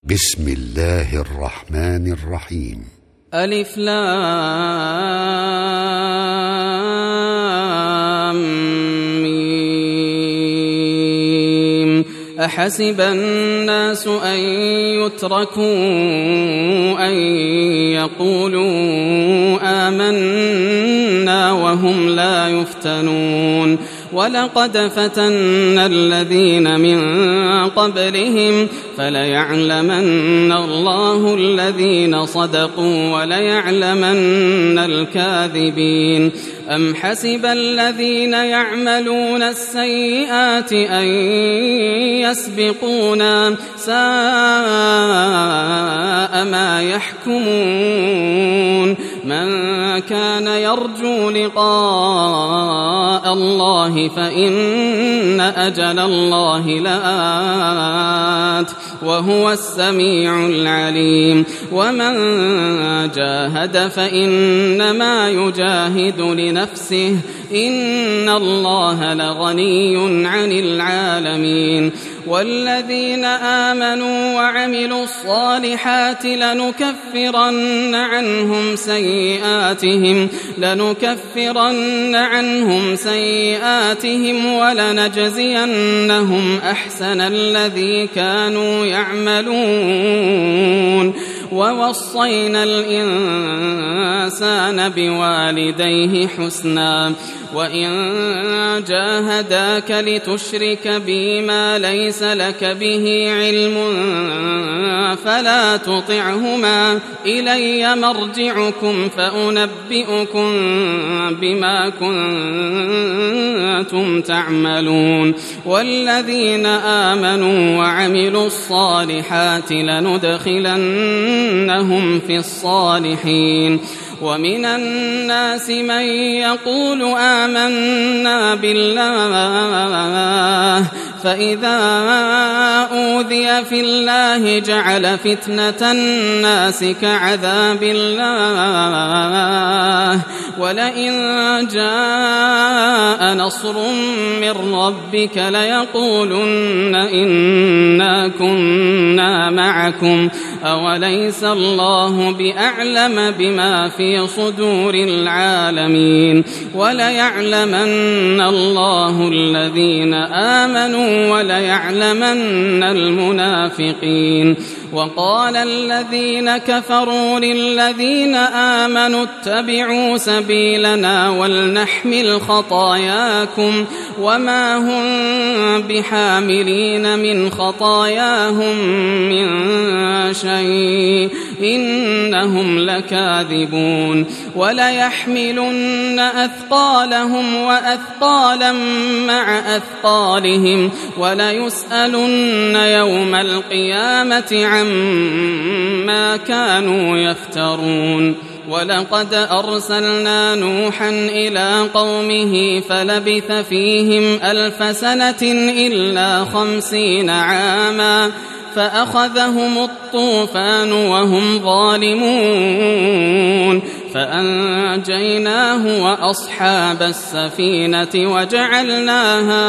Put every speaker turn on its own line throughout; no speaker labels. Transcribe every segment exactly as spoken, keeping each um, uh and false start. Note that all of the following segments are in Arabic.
بسم الله الرحمن الرحيم.
ألف لام ميم. أحسب الناس أن يتركوا أن يقولوا آمنا وهم لا يفتنون ولقد فتنا الذين من قبلهم فليعلمن الله الذين صدقوا وليعلمن الكاذبين. أم حسب الذين يعملون السيئات أن يسبقونا ساء ما يحكمون. من كان يرجو لقاء الله فإن أجل الله لآت وهو السميع العليم. ومن جاهد فإنما يجاهد لنفسه إن الله لغني عن العالمين. والذين آمنوا وعملوا الصالحات لنكفرن عنهم سيئاتهم لنكفرن عنهم سيئاتهم ولنجزينهم أحسن الذي كانوا يعملون. ووصينا الإنسان بوالديه حسنا وإن جاهداك لتشرك بي ما ليس لك به علم فلا تطعهما إلي مرجعكم فأنبئكم بما كنتم تعملون. والذين آمنوا وعملوا الصالحات لندخلنهم في الصالحين. ومن الناس من يقول آمنا بالله فإذا أوذي في الله جعل فتنة الناس كعذاب الله ولئن جاء نصر من ربك ليقولن إنا كنا معكم أوليس الله بأعلم بما في صدور العالمين. وليعلمن الله الذين آمنوا وليعلمن المنافقين. وقال الذين كفروا للذين آمنوا اتبعوا سبيلنا ولنحمل خطاياكم وما هم بحاملين من خطاياهم من شيء إنهم لكاذبون. وليحملن أثقالهم وأثقالا مع أثقالهم وليسألن يوم القيامة عما كانوا يفترون. ولقد أرسلنا نوحا إلى قومه فلبث فيهم ألف سنة إلا خمسين عاما فأخذهم الطوفان وهم ظالمون فأنجيناه وأصحاب السفينة وجعلناها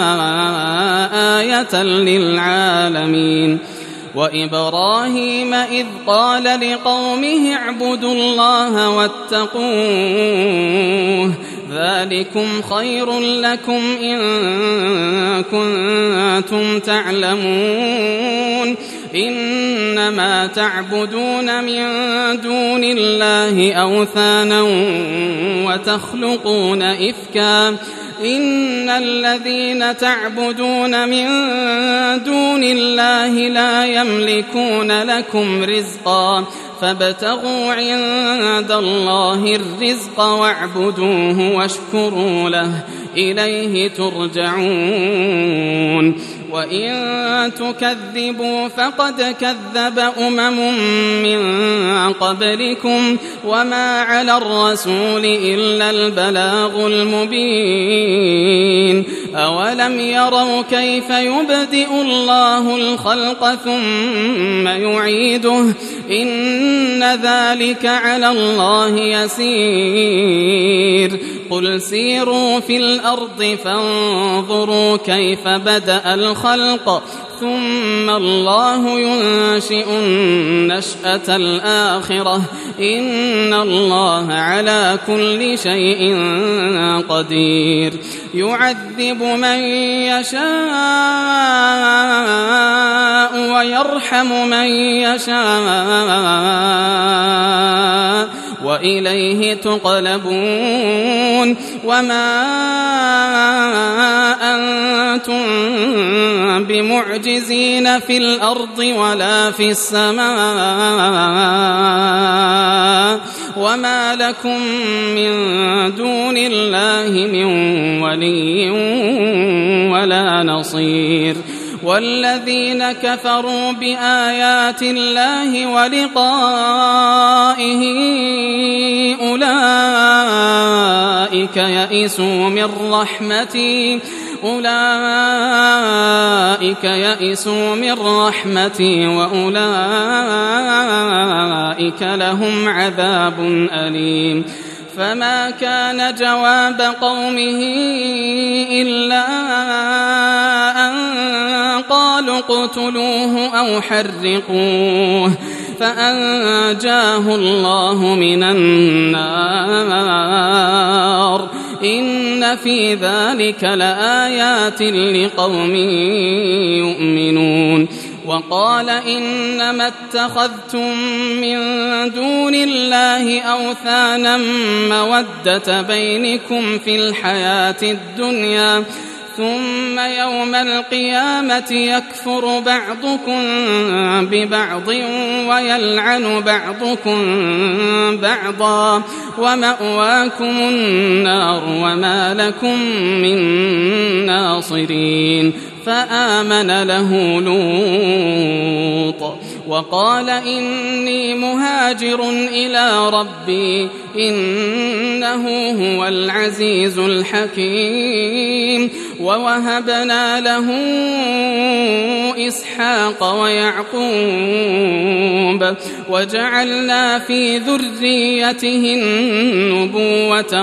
آية للعالمين. وإبراهيم إذ قال لقومه اعبدوا الله واتقوه ذلكم خير لكم إن كنتم تعلمون. إنما تعبدون من دون الله أوثانا وتخلقون إفكا إن الذين تعبدون من دون الله لا يملكون لكم رزقا فابتغوا عند الله الرزق واعبدوه واشكروا له إليه ترجعون. وإن تكذبوا فقد كذب أمم من قبلكم وما على الرسول إلا البلاغ المبين. أولم يروا كيف يبدئ الله الخلق ثم يعيده إن ذلك على الله يسير. قل سيروا في الأرض فانظروا كيف بدأ الخلق ثم الله ينشئ النشأة الآخرة إن الله على كل شيء قدير يعذب من يشاء ويرحم من يشاء وإليه تقلبون وما أنتم بمعجزين في الأرض ولا في السماء وما لكم من دون الله من ولي ولا نصير والذين كفروا بآيات الله ولقائه أولئك يئسوا من رحمتي أولئك يئسوا من رحمتي وأولئك لهم عذاب أليم فما كان جواب قومه إلا أن قالوا اقتلوه أو حرقوه فأنجاه الله من النار إن في ذلك لآيات لقوم يؤمنون وقال إنما اتخذتم من دون الله أوثانا مودة بينكم في الحياة الدنيا ثم يوم القيامة يكفر بعضكم ببعض ويلعن بعضكم بعضا ومأواكم النار وما لكم من ناصرين فآمن له لوط وقال إني مهاجر إلى ربي إنه هو العزيز الحكيم ووهبنا له إسحاق ويعقوب وجعلنا في ذريته النبوة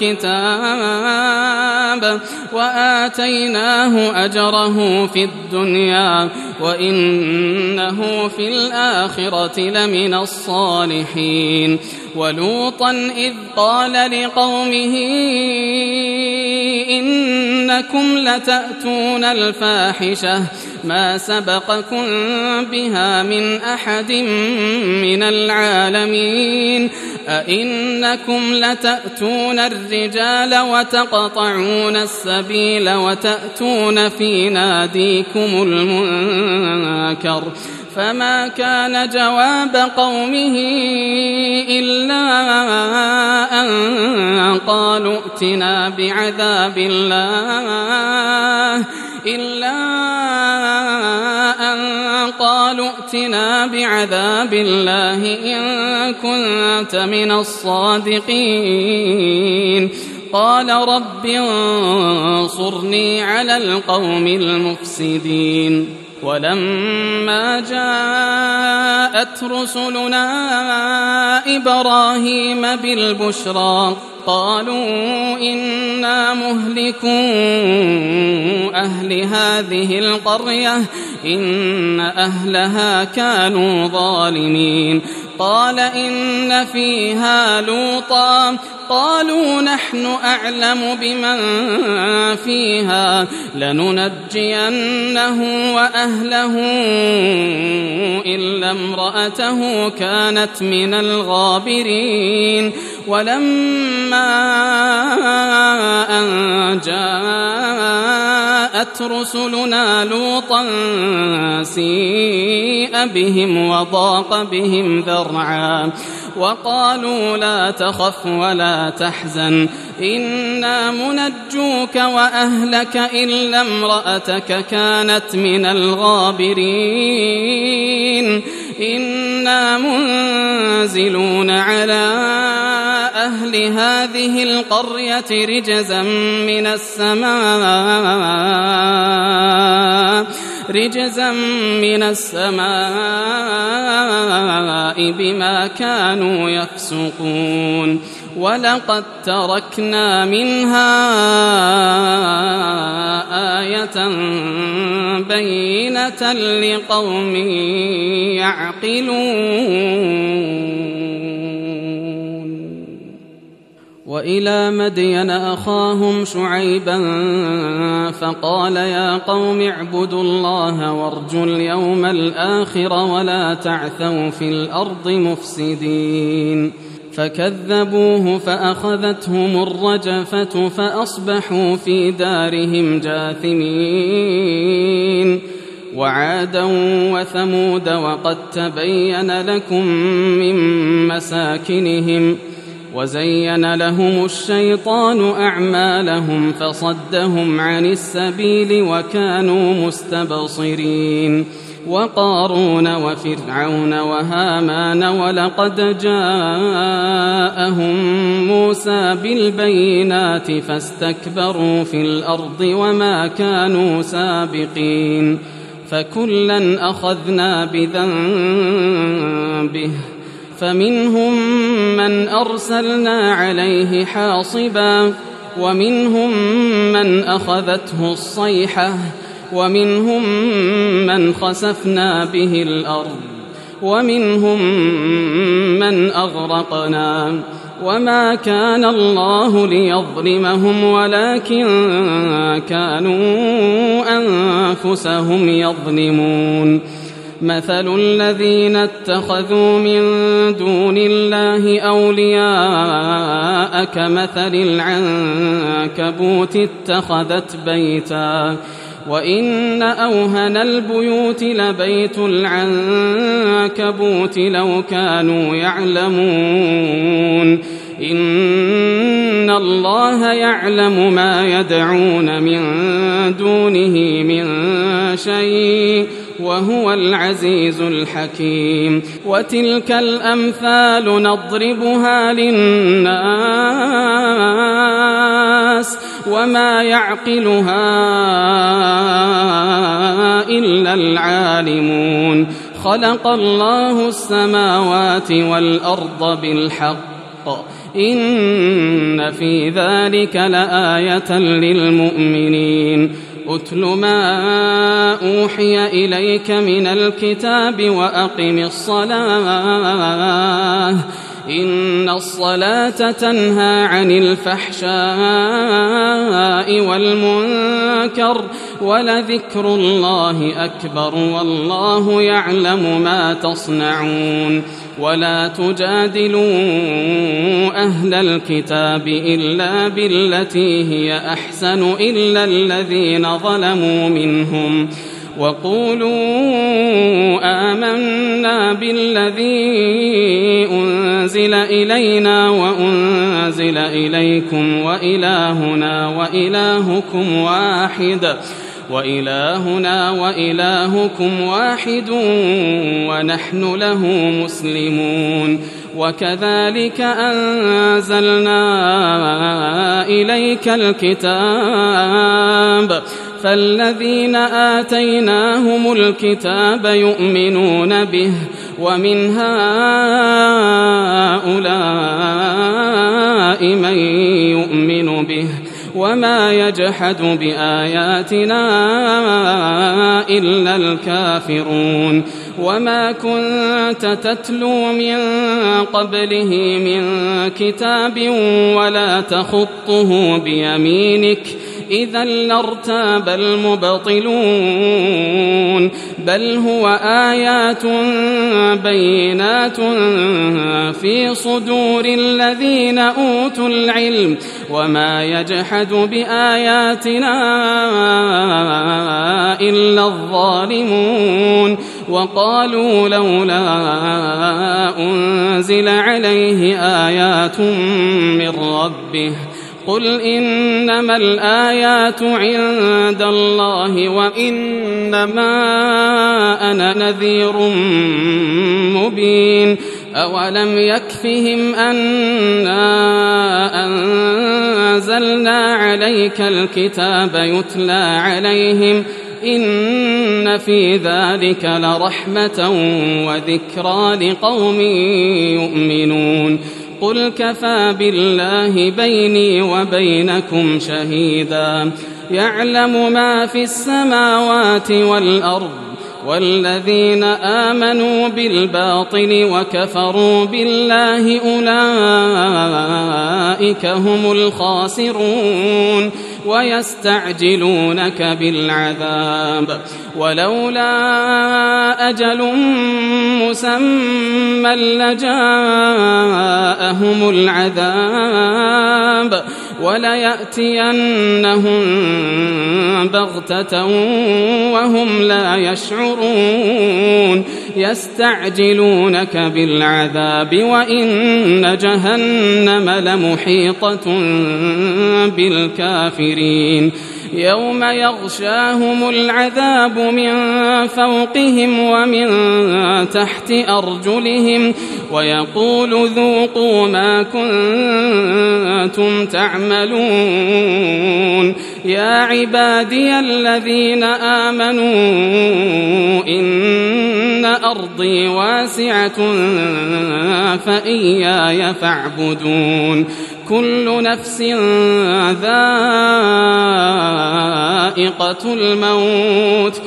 والكتاب وآتيناه أجره في الدنيا وإنه في الآخرة لمن الصالحين ولوطا إذ قال لقومه إنكم لتأتون الفاحشة ما سبقكم بها من أحد من العالمين أئنكم لتأتون الرجال وتقطعون السبيل وتأتون في ناديكم المنكر فما كان جواب قومه إلا أن قالوا ائتنا بعذاب الله إلا أن قالوا ائتنا بعذاب الله إن كنت من الصادقين قال رب انصرني على القوم المفسدين ولما جاءت رسلنا إبراهيم بالبشرى قالوا إنا مهلكو أهل هذه القرية إن أهلها كانوا ظالمين قال إن فيها لوطا قالوا نحن أعلم بمن فيها لننجينه وأهله إلا امرأته كانت من الغابرين ولما أن جاءت رسلنا لوطا سيء بهم وضاق بهم ذرعا وقالوا لا تخف ولا تحزن إنا منجوك وأهلك إلا امرأتك كانت من الغابرين إنا منزلون على أهل هذه القرية رجزا من السماء رجزا من السماء بما كانوا يفسقون ولقد تركنا منها آية بينة لقوم يعقلون. وإلى مدين أخاهم شعيبا فقال يا قوم اعبدوا الله وارجوا اليوم الآخر ولا تعثوا في الأرض مفسدين. فكذبوه فأخذتهم الرجفة فأصبحوا في دارهم جاثمين. وعادا وثمود وقد تبين لكم من مساكنهم وزين لهم الشيطان أعمالهم فصدهم عن السبيل وكانوا مستبصرين. وقارون وفرعون وهامان ولقد جاءهم موسى بالبينات فاستكبروا في الأرض وما كانوا سابقين. فكلا أخذنا بذنبه فمنهم من أرسلنا عليه حاصبا ومنهم من أخذته الصيحة ومنهم من خسفنا به الأرض ومنهم من أغرقنا وما كان الله ليظلمهم ولكن كانوا أنفسهم يظلمون. مثل الذين اتخذوا من دون الله أولياء كمثل العنكبوت اتخذت بيتا وإن أوهن البيوت لبيت العنكبوت لو كانوا يعلمون. إن الله يعلم ما يدعون من دونه من شيء وهو العزيز الحكيم. وتلك الأمثال نضربها للناس وما يعقلها إلا العالمون. خلق الله السماوات والأرض بالحق إن في ذلك لآية للمؤمنين. أتل ما أوحي إليك من الكتاب وأقم الصلاة إن الصلاة تنهى عن الفحشاء والمنكر ولذكر الله أكبر والله يعلم ما تصنعون. ولا تجادلوا أهل الكتاب إلا بالتي هي أحسن إلا الذين ظلموا منهم وقولوا آمنا بالذي أنزل إلينا وأنزل إليكم وإلهنا وإلهكم واحد وإلهنا وإلهكم واحد ونحن له مسلمون. وكذلك أنزلنا إليك الكتاب فالذين آتيناهم الكتاب يؤمنون به ومن هؤلاء من يؤمن به وما يجحد بآياتنا إلا الكافرون. وما كنت تتلو من قبله من كتاب ولا تخطه بيمينك إذا لارتاب المبطلون بل هو آيات بينات في صدور الذين أوتوا العلم وما يجحد بآياتنا إلا الظالمون. وقالوا لولا أنزل عليه آيات من ربه قل إنما الآيات عند الله وإنما أنا نذير مبين. أولم يكفهم أنا أنزلنا عليك الكتاب يتلى عليهم إن في ذلك لرحمة وذكرى لقوم يؤمنون قل كفى بالله بيني وبينكم شهيدا يعلم ما في السماوات والأرض والذين آمنوا بالباطل وكفروا بالله أولئك هم الخاسرون ويستعجلونك بالعذاب ولولا أجل مسمى لجاءهم العذاب وليأتينهم بغتة وهم لا يشعرون يستعجلونك بالعذاب وإن جهنم لمحيطة بالكافرين يوم يغشاهم العذاب من فوقهم ومن تحت أرجلهم ويقول ذوقوا ما كنتم تعملون يا عبادي الذين آمنوا إن أرضي واسعة فإياي فاعبدون كل نفس ذائقة الموت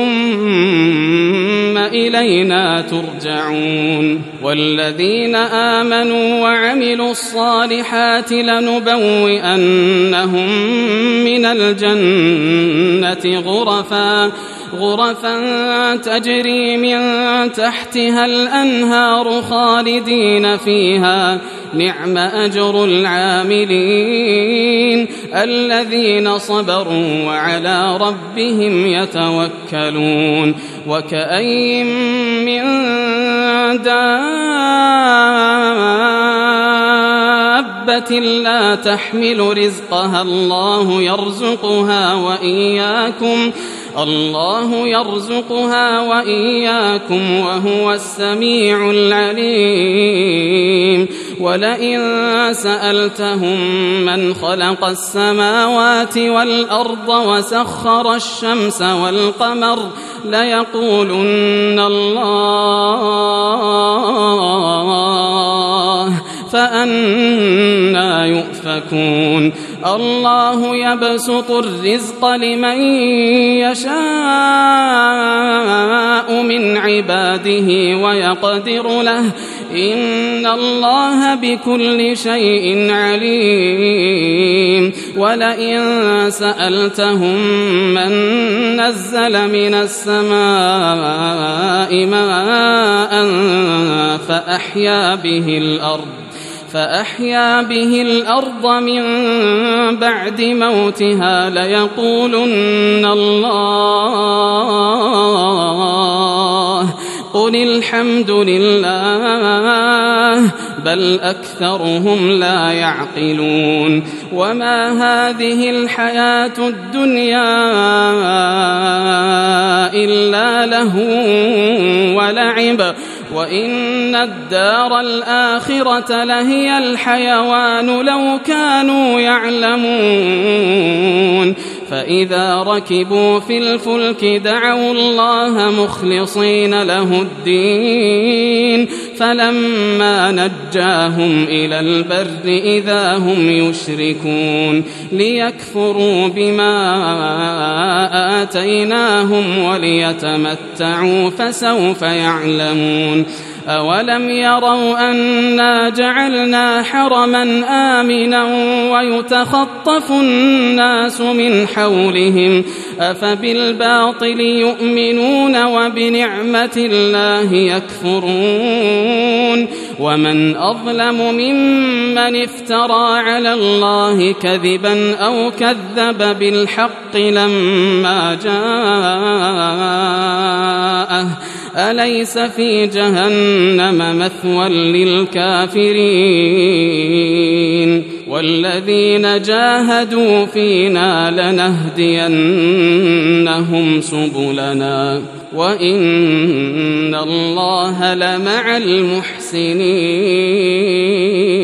ثم إلينا ترجعون والذين آمنوا وعملوا الصالحات لنبوئنهم من الجنة غرفا غرفا تجري من تحتها الأنهار خالدين فيها نعم أجر العاملين الذين صبروا وعلى ربهم يتوكلون وكأين من دابة لا تحمل رزقها الله يرزقها وإياكم الله يرزقها وإياكم وهو السميع العليم ولئن سألتهم من خلق السماوات والأرض وسخر الشمس والقمر ليقولن الله فأنى يؤفكون الله يبسط الرزق لمن يشاء من عباده ويقدر له إن الله بكل شيء عليم ولئن سألتهم من نزل من السماء ماء فأحيا به الأرض فأحيا به الأرض من بعد موتها ليقولن الله قل الحمد لله بل أكثرهم لا يعقلون وما هذه الحياة الدنيا إلا لهو ولعب وإن الدار الآخرة لهي الحيوان لو كانوا يعلمون فإذا ركبوا في الفلك دعوا الله مخلصين له الدين فلما نجاهم إلى البر إذا هم يشركون ليكفروا بما آتيناهم وليتمتعوا فسوف يعلمون أولم يروا أنا جعلنا حرما آمنا ويتخطف الناس من حولهم أفبالباطل يؤمنون وبنعمة الله يكفرون ومن أظلم ممن افترى على الله كذبا أو كذب بالحق لما جاءه أليس في جهنم مثوى للكافرين والذين جاهدوا فينا لنهدينهم سبلنا وإن الله لمع المحسنين.